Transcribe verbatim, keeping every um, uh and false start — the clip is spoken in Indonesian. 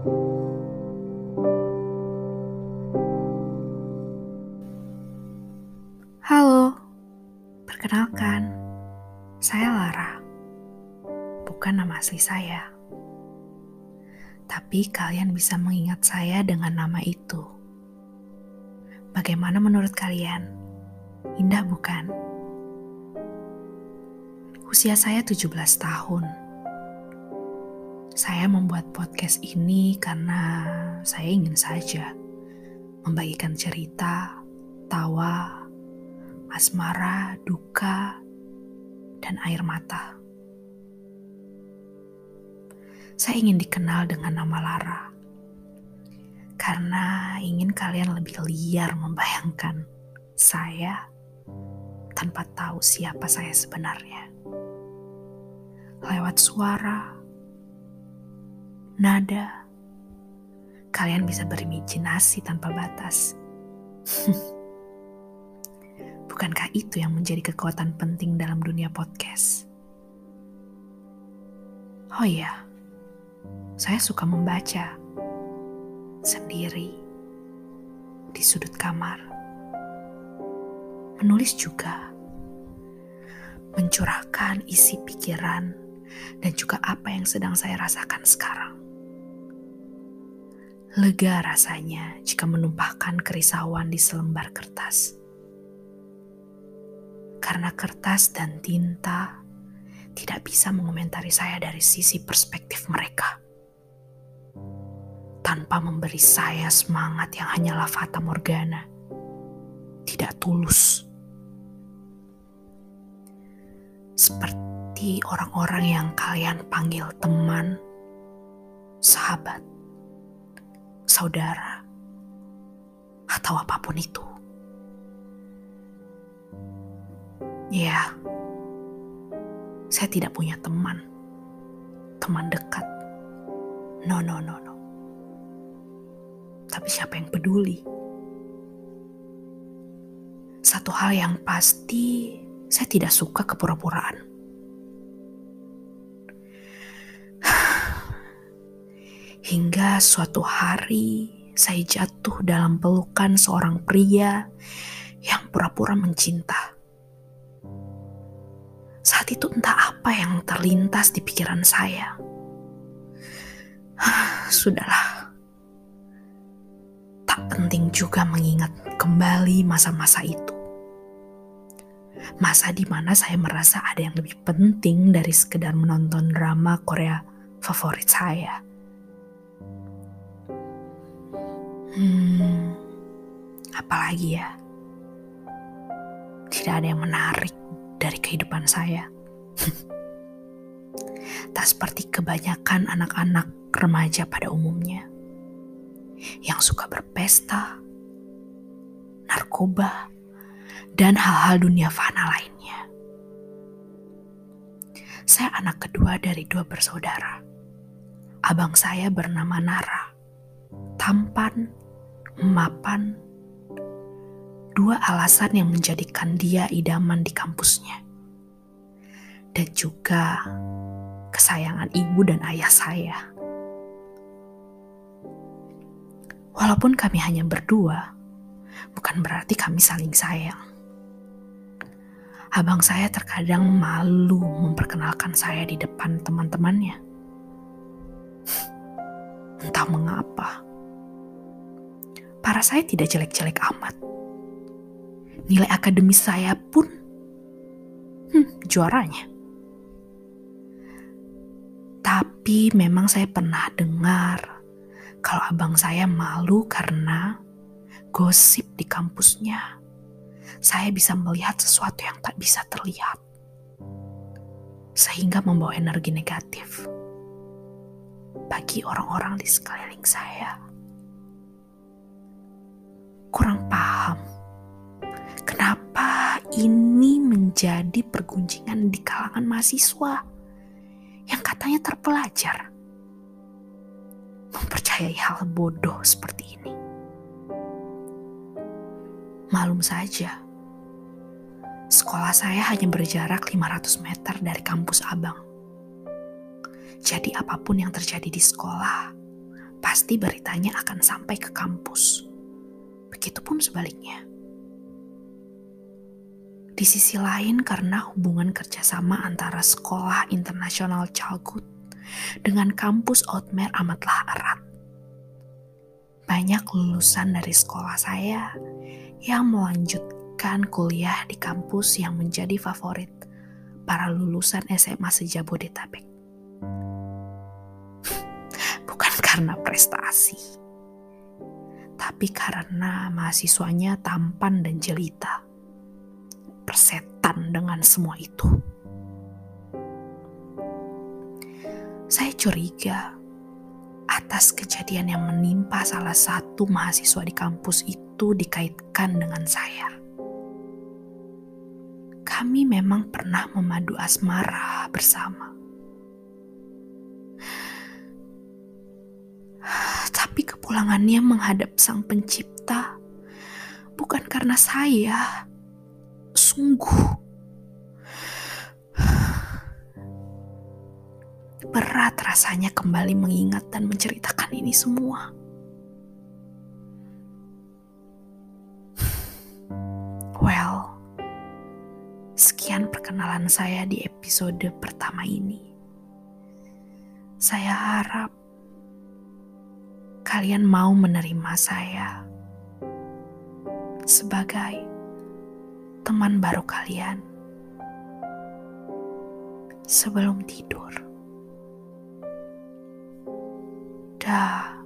Halo, perkenalkan, saya Lara. Bukan nama asli saya. Tapi kalian bisa mengingat saya dengan nama itu. Bagaimana menurut kalian? Indah bukan? Usia saya tujuh belas tahun. Saya membuat podcast ini karena saya ingin saja membagikan cerita, tawa, asmara, duka, dan air mata. Saya ingin dikenal dengan nama Lara, karena ingin kalian lebih liar membayangkan saya tanpa tahu siapa saya sebenarnya. Lewat suara, nada, kalian bisa berimajinasi tanpa batas. Bukankah itu yang menjadi kekuatan penting dalam dunia podcast? Oh iya, saya suka membaca sendiri di sudut kamar. Menulis juga, mencurahkan isi pikiran dan juga apa yang sedang saya rasakan sekarang. Lega rasanya jika menumpahkan kerisauan di selembar kertas. Karena kertas dan tinta tidak bisa mengomentari saya dari sisi perspektif mereka. Tanpa memberi saya semangat yang hanyalah fata morgana. Tidak tulus. Seperti orang-orang yang kalian panggil teman, sahabat, saudara, atau apapun itu. Ya, saya tidak punya teman, teman dekat. No, no, no, no. Tapi siapa yang peduli? Satu hal yang pasti, saya tidak suka kepura-puraan. Hingga suatu hari, saya jatuh dalam pelukan seorang pria yang pura-pura mencinta. Saat itu entah apa yang terlintas di pikiran saya. Sudahlah. Tak penting juga mengingat kembali masa-masa itu. Masa di mana saya merasa ada yang lebih penting dari sekedar menonton drama Korea favorit saya. Hmm, apalagi ya? Tidak ada yang menarik dari kehidupan saya. Tak seperti kebanyakan anak-anak remaja pada umumnya yang suka berpesta, narkoba, dan hal-hal dunia fana lainnya. Saya anak kedua dari dua bersaudara. Abang saya bernama Nara, tampan, mapan, dua alasan yang menjadikan dia idaman di kampusnya. Dan juga kesayangan ibu dan ayah saya. Walaupun kami hanya berdua, bukan berarti kami saling sayang. Abang saya terkadang malu memperkenalkan saya di depan teman-temannya. Entah mengapa. Para saya tidak jelek-jelek amat. Nilai akademis saya pun hmm, juaranya. Tapi memang saya pernah dengar kalau abang saya malu karena gosip di kampusnya. Saya bisa melihat sesuatu yang tak bisa terlihat. Sehingga membawa energi negatif bagi orang-orang di sekeliling saya. Kurang paham kenapa ini menjadi pergunjingan di kalangan mahasiswa yang katanya terpelajar mempercayai hal bodoh seperti ini. Malum saja, sekolah saya hanya berjarak lima ratus meter dari kampus abang. Jadi apapun yang terjadi di sekolah, pasti beritanya akan sampai ke kampus. Begitupun sebaliknya. Di sisi lain, karena hubungan kerjasama antara sekolah internasional Chalkut dengan kampus Outmer amatlah erat. Banyak lulusan dari sekolah saya yang melanjutkan kuliah di kampus yang menjadi favorit para lulusan S M A se-Jabodetabek. Bukan karena prestasi, tapi karena mahasiswanya tampan dan jelita. Persetan dengan semua itu. Saya curiga atas kejadian yang menimpa salah satu mahasiswa di kampus itu dikaitkan dengan saya. Kami memang pernah memadu asmara bersama. Tapi kepulangannya menghadap Sang Pencipta bukan karena saya. Sungguh berat rasanya kembali mengingat dan menceritakan ini semua. Well, sekian perkenalan saya di episode pertama ini. Saya harap kalian mau menerima saya sebagai teman baru kalian sebelum tidur. Dah.